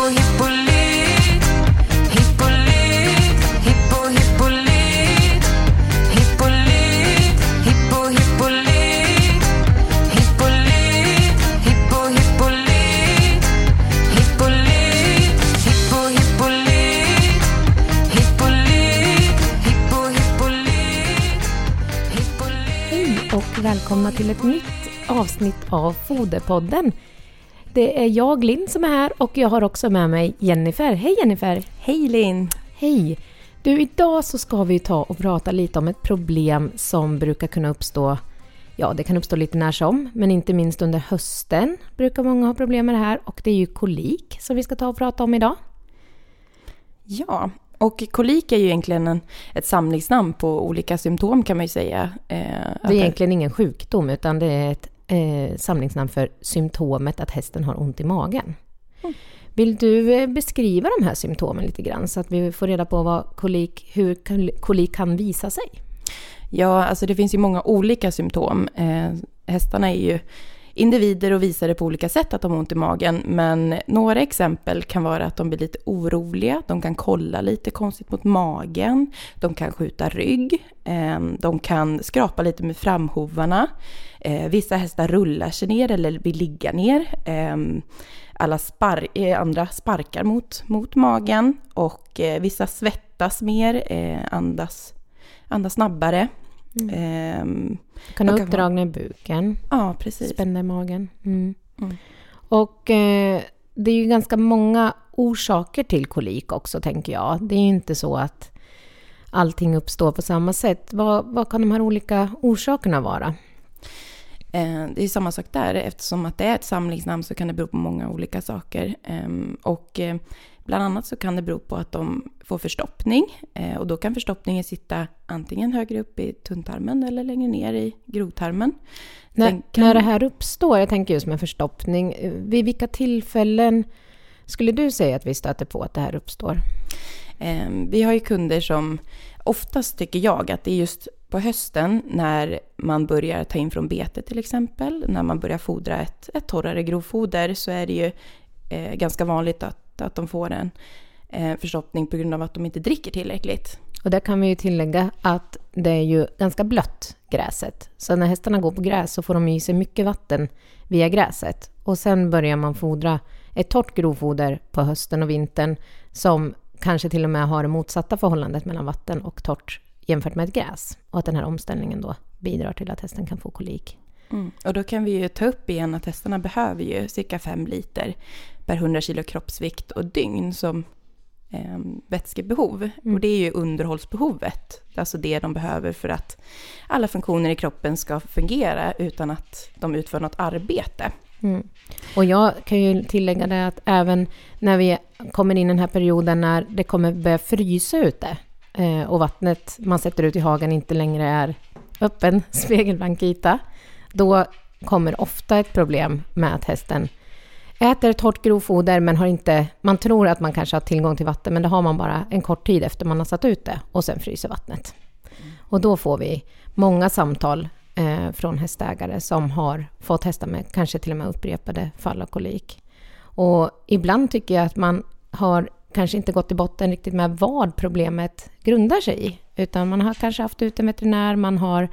hippolyt, hippolyt, hippo, hippolyt, hippolyt, hippo, hippolyt, hippolyt, hippo, hippolyt, hippolyt, hippo, hippolyt, hippolyt, hippo, hippolyt, hippolyt. Hej och välkomna till ett nytt avsnitt av Foderpodden. Det är jag, Linn, som är här och jag har också med mig Jennifer. Hej Jennifer! Hej Linn! Hej! Du, idag så ska vi ta och prata lite om ett problem som brukar kunna uppstå. Ja, det kan uppstå lite när som, men inte minst under hösten brukar många ha problem med det här. Och det är ju kolik som vi ska ta och prata om idag. Ja, och kolik är ju egentligen ett samlingsnamn på olika symptom kan man ju säga. Det är egentligen ingen sjukdom utan det är ett samlingsnamn för symptomet att hästen har ont i magen. Vill du beskriva de här symptomen lite grann så att vi får reda på hur kolik kan visa sig? Ja, alltså det finns ju många olika symptom. Hästarna är ju individer och visar det på olika sätt att de har ont i magen. Men några exempel kan vara att de blir lite oroliga. De kan kolla lite konstigt mot magen. De kan skjuta rygg. De kan skrapa lite med framhovarna. Vissa hästar rullar sig ner eller vill ligga ner. Andra sparkar mot magen. Och vissa svettas mer. Andas snabbare. Kan ha uppdragna i buken. Ja, precis. Spända i magen. Och det är ju ganska många orsaker till kolik också, tänker jag. Det är ju inte så att allting uppstår på samma sätt. Vad kan de här olika orsakerna vara? Det är samma sak där. Eftersom att det är ett samlingsnamn så kan det bero på många olika saker. Bland annat så kan det bero på att de får förstoppning. Och då kan förstoppningen sitta antingen högre upp i tunntarmen eller längre ner i grovtarmen. När det här uppstår, jag tänker just med förstoppning, vid vilka tillfällen skulle du säga att vi stöter på att det här uppstår? Vi har ju kunder som oftast tycker jag att det är just på hösten när man börjar ta in från bete till exempel. När man börjar fodra ett torrare grovfoder så är det ju ganska vanligt att de får en förstoppning på grund av att de inte dricker tillräckligt. Och där kan vi ju tillägga att det är ju ganska blött gräset. Så när hästarna går på gräs så får de i sig mycket vatten via gräset. Och sen börjar man fodra ett torrt grovfoder på hösten och vintern som kanske till och med har det motsatta förhållandet mellan vatten och torrt jämfört med ett gräs. Och att den här omställningen då bidrar till att hästen kan få kolik. Och då kan vi ju ta upp igen att hästarna behöver ju cirka 5 liter per 100 kilo kroppsvikt och dygn som vätskebehov. Och det är ju underhållsbehovet. Alltså det de behöver för att alla funktioner i kroppen ska fungera utan att de utför något arbete. Och jag kan ju tillägga det att även när vi kommer in i den här perioden när det kommer börja frysa ute och vattnet man sätter ut i hagen inte längre är öppen spegelblank yta, då kommer ofta ett problem med att hästen äter torrt grovfoder men man tror att man kanske har tillgång till vatten men det har man bara en kort tid efter man har satt ut det och sen fryser vattnet. Och då får vi många samtal från hästägare som har fått hästar med kanske till och med upprepade fall av kolik. Och ibland tycker jag att man har kanske inte gått i botten riktigt med vad problemet grundar sig i. Utan man har kanske haft ut en veterinär, man har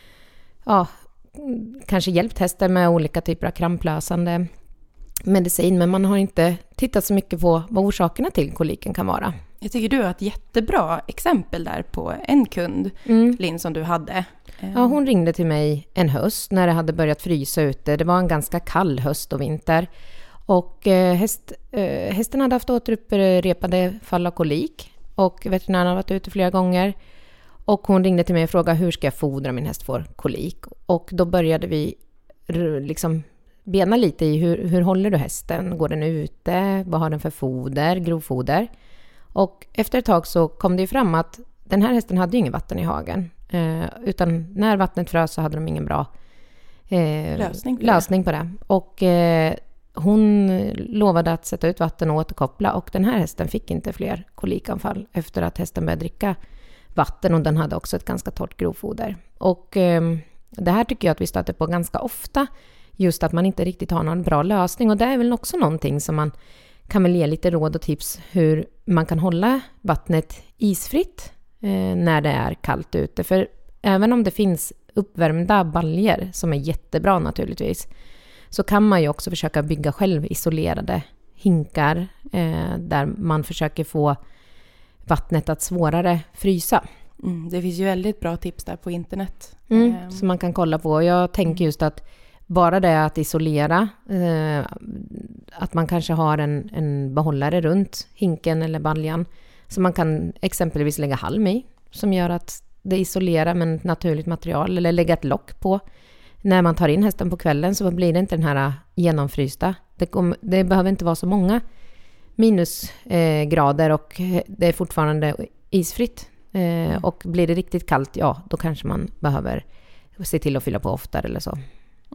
kanske hjälpt hästar med olika typer av kramplösande medicin. Men man har inte tittat så mycket på vad orsakerna till koliken kan vara. Jag tycker du har ett jättebra exempel där på en kund, Linn, som du hade. Ja, hon ringde till mig en höst när det hade börjat frysa ute. Det var en ganska kall höst och vinter. Och hästen hade haft återupprepade fall av kolik. Och veterinären hade varit ute flera gånger. Och hon ringde till mig och frågade hur ska jag fodra min häst får kolik. Och då började vi liksom bena lite i hur håller du hästen? Går den ute? Vad har den för foder? Grovfoder? Och efter ett tag så kom det ju fram att den här hästen hade ju ingen vatten i hagen. Utan när vattnet frös så hade de ingen bra lösning på det. Och hon lovade att sätta ut vatten och återkoppla. Och den här hästen fick inte fler kolikanfall efter att hästen började dricka vatten. Och den hade också ett ganska torrt grovfoder. Och det här tycker jag att vi stöter på ganska ofta. Just att man inte riktigt har någon bra lösning. Och det är väl också någonting som man kan väl ge lite råd och tips hur man kan hålla vattnet isfritt när det är kallt ute. För även om det finns uppvärmda baljor som är jättebra naturligtvis, så kan man ju också försöka bygga själv isolerade hinkar där man försöker få vattnet att svårare frysa. Det finns ju väldigt bra tips där på internet. Som man kan kolla på. Jag tänker just att bara det att isolera, att man kanske har en behållare runt hinken eller baljan som man kan exempelvis lägga halm i, som gör att det isolerar med ett naturligt material, eller lägga ett lock på. När man tar in hästen på kvällen så blir det inte den här genomfrysta. Det behöver inte vara så många minusgrader och det är fortfarande isfritt. Och blir det riktigt kallt, ja, då kanske man behöver se till att fylla på oftare eller så.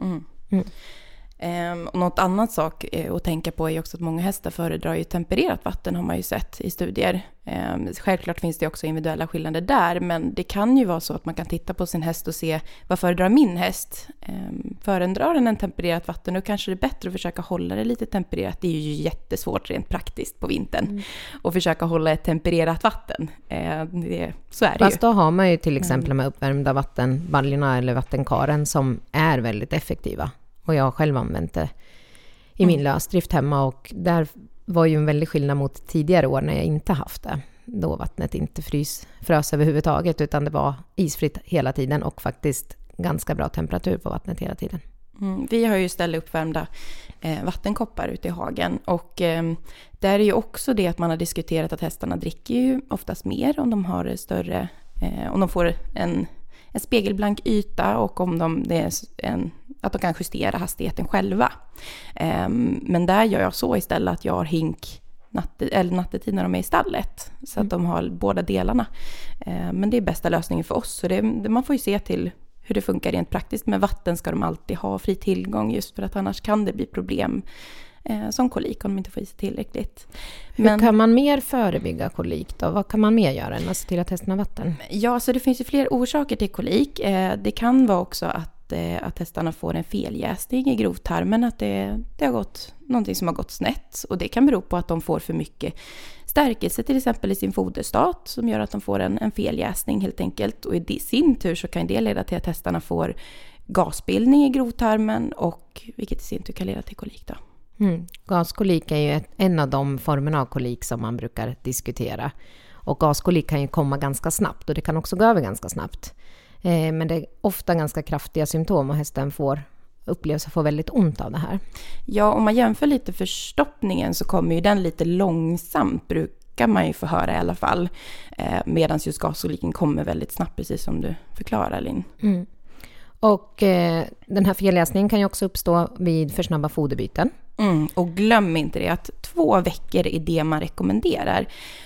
Och något annat sak att tänka på är också att många hästar föredrar ju tempererat vatten, har man ju sett i studier. Självklart finns det också individuella skillnader där, men det kan ju vara så att man kan titta på sin häst och se vad föredrar min häst. Föredrar den en tempererat vatten, då kanske det är bättre att försöka hålla det lite tempererat. Det är ju jättesvårt rent praktiskt på vintern att försöka hålla ett tempererat vatten. Så är det. Fast då har man ju till exempel med uppvärmda vattenbaljorna eller vattenkaren som är väldigt effektiva. Och jag har själv använt det i min lösdrift hemma, och där var ju en väldig skillnad mot tidigare år när jag inte haft det. Då vattnet inte frös överhuvudtaget, utan det var isfritt hela tiden och faktiskt ganska bra temperatur på vattnet hela tiden. Vi har ju istället uppvärmda vattenkoppar ute i hagen, och där är ju också det att man har diskuterat att hästarna dricker ju oftast mer om de har större, om de får en spegelblank yta, och om att de kan justera hastigheten själva. Men där gör jag så istället att jag har hink nattetid när de är i stallet, så att de har båda delarna. Men det är bästa lösningen för oss, så man får ju se till hur det funkar rent praktiskt. Med vatten ska de alltid ha fri tillgång, just för att annars kan det bli problem som kolik om de inte får i sig tillräckligt. Hur kan man mer förebygga kolik då? Vad kan man mer göra än att se till att hästen har vatten? Ja, så det finns ju fler orsaker till kolik. Det kan vara också att hästarna får en feljäsning i grovtarmen, att det har gått någonting som har gått snett, och det kan bero på att de får för mycket stärkelse till exempel i sin foderstat, som gör att de får en feljäsning helt enkelt, och i sin tur så kan det leda till att hästarna får gasbildning i grovtarmen, och vilket i sin tur kan leda till kolik då. Gaskolik är ju en av de formerna av kolik som man brukar diskutera, och gaskolik kan ju komma ganska snabbt, och det kan också gå över ganska snabbt. Men det är ofta ganska kraftiga symptom, och hästen upplevs att få väldigt ont av det här. Ja, om man jämför lite förstoppningen så kommer ju den lite långsamt, brukar man ju få höra i alla fall. Medan just gaskoliken kommer väldigt snabbt, precis som du förklarar, Linn. Och den här feljäsningen kan ju också uppstå vid för snabba foderbyten. Och glöm inte det att 2 veckor är det man rekommenderar.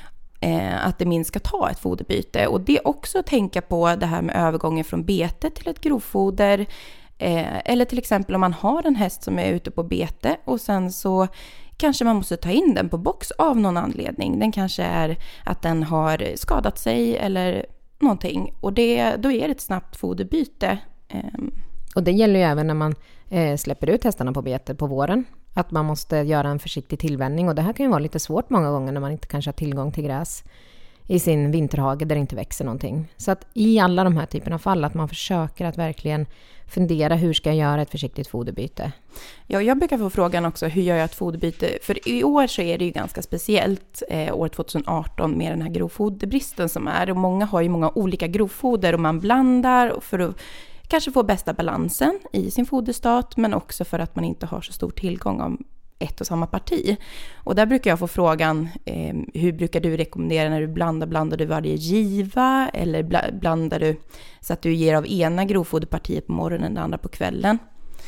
Att det minst ska ta ett foderbyte. Och det är också att tänka på det här med övergången från bete till ett grovfoder. Eller till exempel om man har en häst som är ute på bete, och sen så kanske man måste ta in den på box av någon anledning. Den kanske är att den har skadat sig eller någonting. Och då är det ett snabbt foderbyte. Och det gäller ju även när man släpper ut hästarna på bete på våren. Att man måste göra en försiktig tillvänjning, och det här kan ju vara lite svårt många gånger när man inte kanske har tillgång till gräs i sin vinterhage där det inte växer någonting. Så att i alla de här typerna av fall att man försöker att verkligen fundera, hur ska jag göra ett försiktigt foderbyte? Ja, jag brukar få frågan också, hur gör jag ett foderbyte? För i år så är det ju ganska speciellt, år 2018, med den här grovfoderbristen som är. Och många har ju många olika grovfoder, och man blandar för att kanske få bästa balansen i sin foderstat, men också för att man inte har så stor tillgång av ett och samma parti. Och där brukar jag få frågan, hur brukar du rekommendera när du blandar du varje giva, eller blandar du så att du ger av ena grovfoderpartiet på morgonen och det andra på kvällen?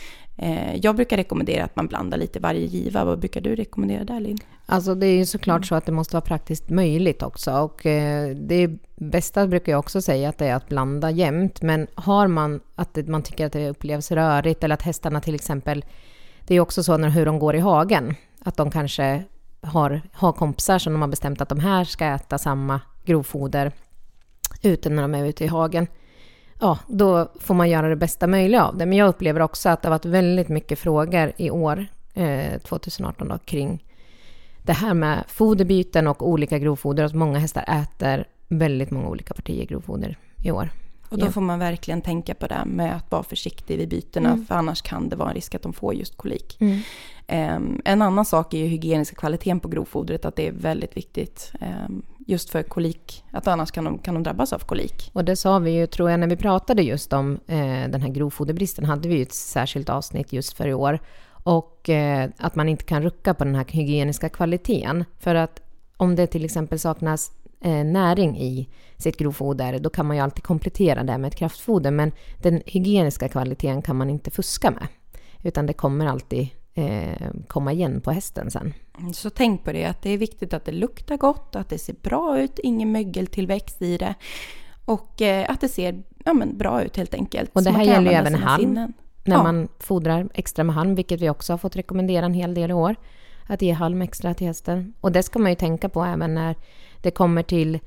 Jag brukar rekommendera att man blandar lite varje giva. Vad brukar du rekommendera där, Linn? Alltså det är ju såklart så att det måste vara praktiskt möjligt också, och det bästa brukar jag också säga att det är att blanda jämnt. Men har man att man tycker att det upplevs rörigt, eller att hästarna till exempel, det är också så när hur de går i hagen, att de kanske har kompisar som de har bestämt att de här ska äta samma grovfoder ute när de är ute i hagen. Ja, då får man göra det bästa möjliga av det. Men jag upplever också att det har varit väldigt mycket frågor i år, 2018 då, kring det här med foderbyten och olika grovfoder, att många hästar äter väldigt många olika partier grovfoder i år. Och då får man verkligen tänka på det med att vara försiktig vid bytena, för annars kan det vara en risk att de får just kolik. En annan sak är ju hygieniska kvaliteten på grovfodret, att det är väldigt viktigt just för kolik, att annars kan de drabbas av kolik. Och det sa vi ju, tror jag, när vi pratade just om den här grovfoderbristen, hade vi ju ett särskilt avsnitt just för i år. Och att man inte kan rucka på den här hygieniska kvaliteten. För att om det till exempel saknas näring i sitt grovfoder, då kan man ju alltid komplettera det med ett kraftfoder. Men den hygieniska kvaliteten kan man inte fuska med. Utan det kommer alltid komma igen på hästen sen. Så tänk på det, att det är viktigt att det luktar gott, att det ser bra ut, ingen mögeltillväxt i det. Och att det ser bra ut helt enkelt. Och det här gäller ju även halm. När Ja. man fodrar extra med halm, vilket vi också har fått rekommendera en hel del i år. Att ge halm extra till hästen. Och det ska man ju tänka på även när det kommer till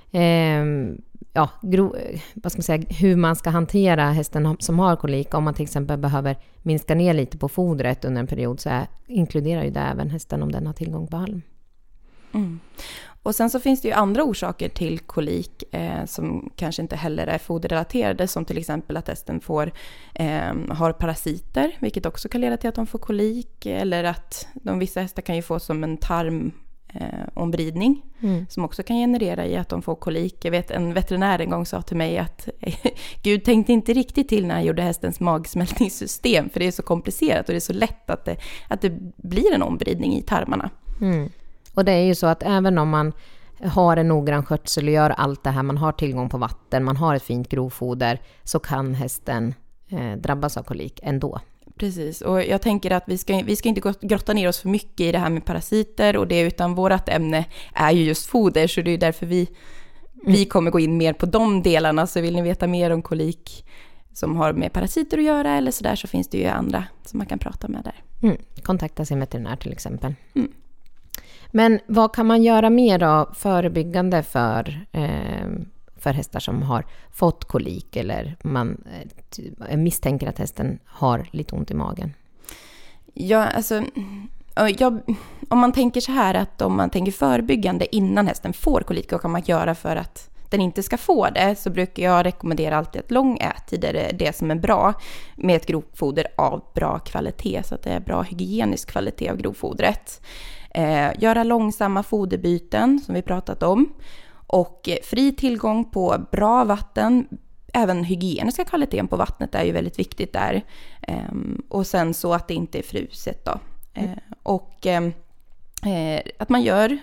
hur man ska hantera hästen som har kolik. Om man till exempel behöver minska ner lite på fodret under en period, så inkluderar ju det även hästen om den har tillgång på halm. Och sen så finns det ju andra orsaker till kolik som kanske inte heller är foderrelaterade, som till exempel att hästen har parasiter, vilket också kan leda till att de får kolik, eller att vissa hästar kan ju få som en tarmombridning som också kan generera i att de får kolik. Jag vet en veterinär en gång sa till mig att Gud tänkte inte riktigt till när han gjorde hästens magsmältningssystem, för det är så komplicerat och det är så lätt att det blir en ombridning i tarmarna. Och det är ju så att även om man har en noggrann skötsel och gör allt det här, man har tillgång på vatten, man har ett fint grovfoder, så kan hästen drabbas av kolik ändå. Precis, och jag tänker att vi ska inte grotta ner oss för mycket i det här med parasiter och det, utan vårat ämne är ju just foder, så det är därför vi kommer gå in mer på de delarna. Så vill ni veta mer om kolik som har med parasiter att göra eller sådär, så finns det ju andra som man kan prata med där. Kontakta sin veterinär till exempel. Men vad kan man göra mer då förebyggande för hästar som har fått kolik, eller man misstänker att hästen har lite ont i magen? Ja, alltså om man tänker så här, att om man tänker förebyggande innan hästen får kolik, vad kan man göra för att den inte ska få det, så brukar jag rekommendera alltid att lång ättid är det som är bra med ett grovfoder av bra kvalitet, så att det är bra hygienisk kvalitet av grovfodret. Göra långsamma foderbyten som vi pratat om, och fri tillgång på bra vatten. Även hygieniska kvaliteten på vattnet är ju väldigt viktigt där. Och sen så att det inte är fruset då. Och att man gör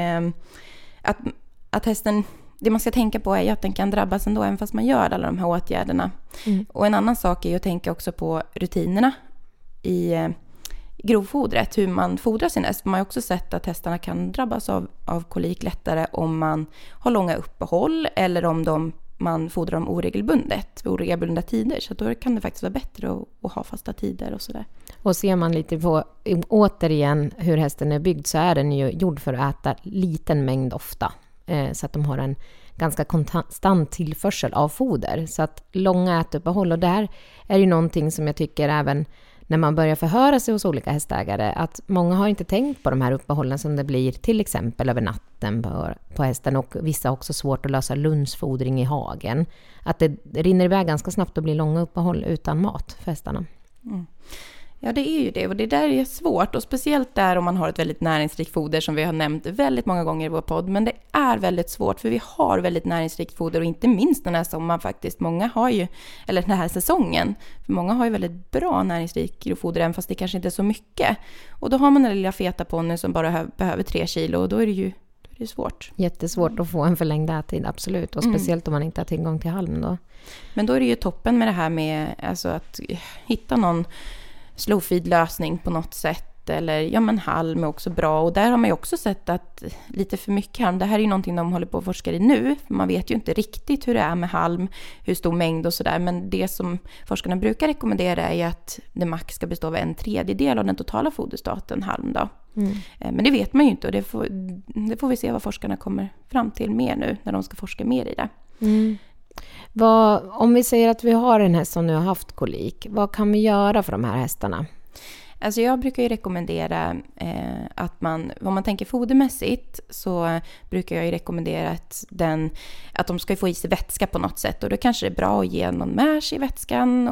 att hästen, det man ska tänka på är att den kan drabbas ändå även fast man gör alla de här åtgärderna. Och en annan sak är ju att tänka också på rutinerna i grovfodret, hur man fodrar sin häst. Man har också sett att hästarna kan drabbas av kolik lättare om man har långa uppehåll, eller om man fodrar dem oregelbundna tider. Så då kan det faktiskt vara bättre att ha fasta tider och sådär. Och ser man lite på återigen hur hästen är byggd, så är den ju gjord för att äta liten mängd ofta. Så att de har en ganska konstant tillförsel av foder. Så att långa ätuppehåll, och där är ju någonting som jag tycker även när man börjar förhöra sig hos olika hästägare, att många har inte tänkt på de här uppehållen som det blir till exempel över natten på hästen, och vissa har också svårt att lösa lunchfodring i hagen. Att det rinner iväg ganska snabbt och blir långa uppehåll utan mat för hästarna. Ja, det är ju det, och det där är svårt, och speciellt där om man har ett väldigt näringsrikt foder som vi har nämnt väldigt många gånger i vår podd, men det är väldigt svårt för vi har väldigt näringsrikt foder, och inte minst den här sommaren faktiskt, många har ju, eller den här säsongen, för många har ju väldigt bra näringsrikt grovfoder, även fast det kanske inte är så mycket, och då har man den lilla feta ponnyn som bara behöver 3 kilo, och då är det ju svårt. Jättesvårt att få en förlängd ättid, absolut, och speciellt om man inte har tillgång till halm då. Men då är det ju toppen med det här med alltså att hitta någon slow feed lösning på något sätt, eller halm är också bra, och där har man ju också sett att lite för mycket halm, det här är ju någonting de håller på att forska i nu, för man vet ju inte riktigt hur det är med halm, hur stor mängd och sådär, men det som forskarna brukar rekommendera är att det max ska bestå av 1/3 av den totala foderstaten halm då. Men det vet man ju inte, och det får vi se vad forskarna kommer fram till mer nu när de ska forska mer i det. Om vi säger att vi har en häst som nu har haft kolik, vad kan vi göra för de här hästarna? Alltså jag brukar ju rekommendera att vad man tänker fodermässigt, så brukar jag ju rekommendera att de ska få i sig vätska på något sätt. Och då kanske det är bra att ge någon mash i vätskan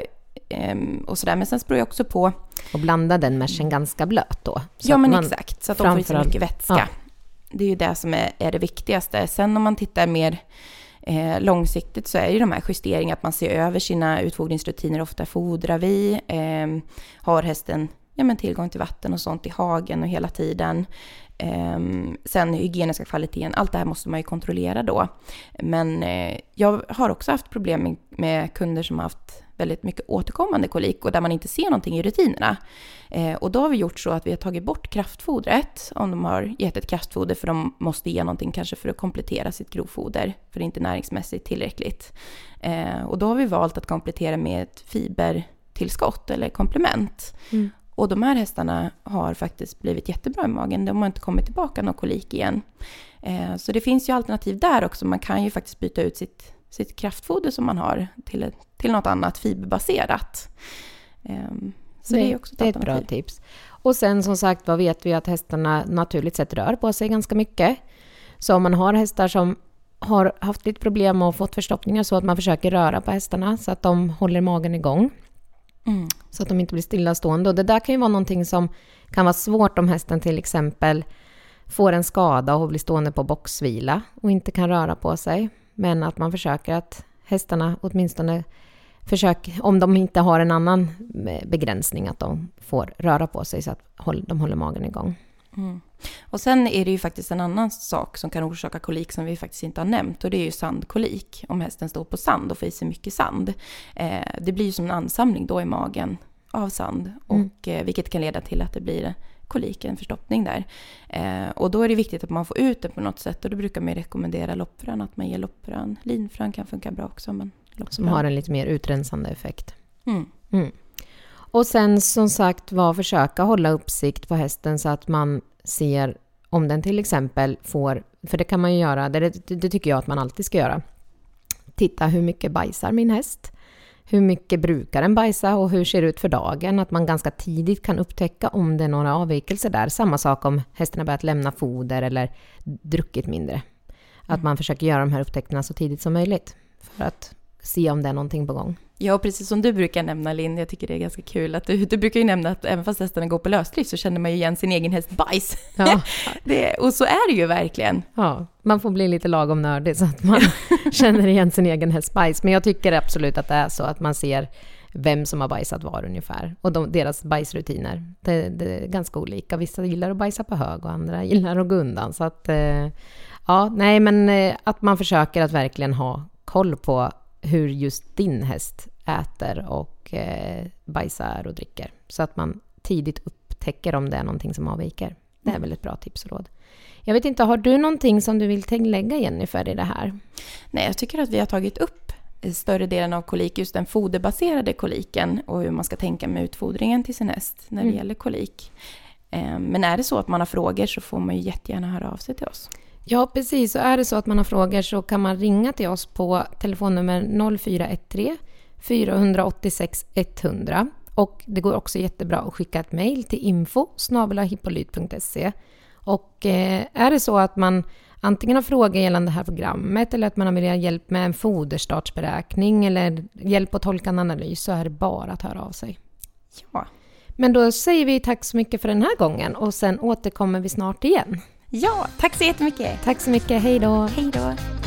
och sådär. Men sen beror jag också på... Och blanda den mashen ganska blöt då. Ja, men exakt. Så att de får i sig mycket vätska. Ja. Det är ju det som är det viktigaste. Sen om man tittar mer långsiktigt så är ju de här justeringarna att man ser över sina utfodringsrutiner. Ofta fodrar vi, har hästen tillgång till vatten och sånt i hagen och hela tiden. Sen hygieniska kvaliteten, allt det här måste man ju kontrollera då. Men jag har också haft problem med kunder som har haft väldigt mycket återkommande kolik och där man inte ser någonting i rutinerna. Och då har vi gjort så att vi har tagit bort kraftfodret om de har gett ett kraftfoder, för de måste ge någonting kanske för att komplettera sitt grovfoder, för det är inte näringsmässigt tillräckligt. Och då har vi valt att komplettera med ett fibertillskott eller komplement. Mm. Och de här hästarna har faktiskt blivit jättebra i magen. De har inte kommit tillbaka någon kolik igen. Så det finns ju alternativ där också. Man kan ju faktiskt byta ut sitt kraftfoder som man har till något annat fiberbaserat. Så det är också ett bra tips. Och sen som sagt, vad vet vi att hästarna naturligt sett rör på sig ganska mycket. Så om man har hästar som har haft lite problem och fått förstoppningar, så att man försöker röra på hästarna så att de håller magen igång. Mm. Så att de inte blir stillastående. Och det där kan ju vara någonting som kan vara svårt om hästen till exempel får en skada och blir stående på boxvila och inte kan röra på sig. Men att man försöker att hästarna åtminstone om de inte har en annan begränsning, att de får röra på sig så att de håller magen igång. Mm. Och sen är det ju faktiskt en annan sak som kan orsaka kolik som vi faktiskt inte har nämnt, och det är ju sandkolik. Om hästen står på sand och får i sig mycket sand. Det blir ju som en ansamling då i magen av sand, och vilket kan leda till att det blir kolik, en förstoppning där. Och då är det viktigt att man får ut det på något sätt, och då brukar man rekommendera loppfrön, att man ger loppfrön. Linfrön kan funka bra också, men loppfrön. Som har en lite mer utrensande effekt. Mm. Och sen som sagt försöka hålla uppsikt på hästen så att man ser om den till exempel får, för det kan man ju göra, det tycker jag att man alltid ska göra. Titta hur mycket bajsar min häst, hur mycket brukar den bajsa och hur ser det ut för dagen, att man ganska tidigt kan upptäcka om det är några avvikelser där. Samma sak om hästen har börjat lämna foder eller druckit mindre. Att man försöker göra de här upptäckterna så tidigt som möjligt för att se om det är någonting på gång. Ja, precis som du brukar nämna, Linn. Jag tycker det är ganska kul att du brukar ju nämna att även fast hästarna går på lösdrift så känner man ju igen sin egen häst bajs. Ja. Och så är det ju verkligen. Ja, man får bli lite lagom nördig så att man känner igen sin egen häst bajs. Men jag tycker absolut att det är så att man ser vem som har bajsat var ungefär. Och deras bajsrutiner. Det är ganska olika. Vissa gillar att bajsa på hög och andra gillar att gå undan. Så att, att man försöker att verkligen ha koll på hur just din häst äter och bajsar och dricker. Så att man tidigt upptäcker om det är någonting som avviker. Det är väl ett bra tips och råd. Jag vet inte, har du någonting som du vill tillägga, Jennifer, i det här? Nej, jag tycker att vi har tagit upp större delen av kolik, just den foderbaserade koliken och hur man ska tänka med utfodringen till sin häst när det gäller kolik. Men är det så att man har frågor så får man ju jättegärna höra av sig till oss. Ja, precis. Så är det så att man har frågor så kan man ringa till oss på telefonnummer 0413 486 100. Och det går också jättebra att skicka ett mejl till info@hippolyt.se. Och är det så att man antingen har frågor gällande det här programmet eller att man vill ha hjälp med en foderstartsberäkning eller hjälp att tolka en analys, så är det bara att höra av sig. Ja. Men då säger vi tack så mycket för den här gången och sen återkommer vi snart igen. Ja, tack så jättemycket. Tack så mycket, hej då. Hej då.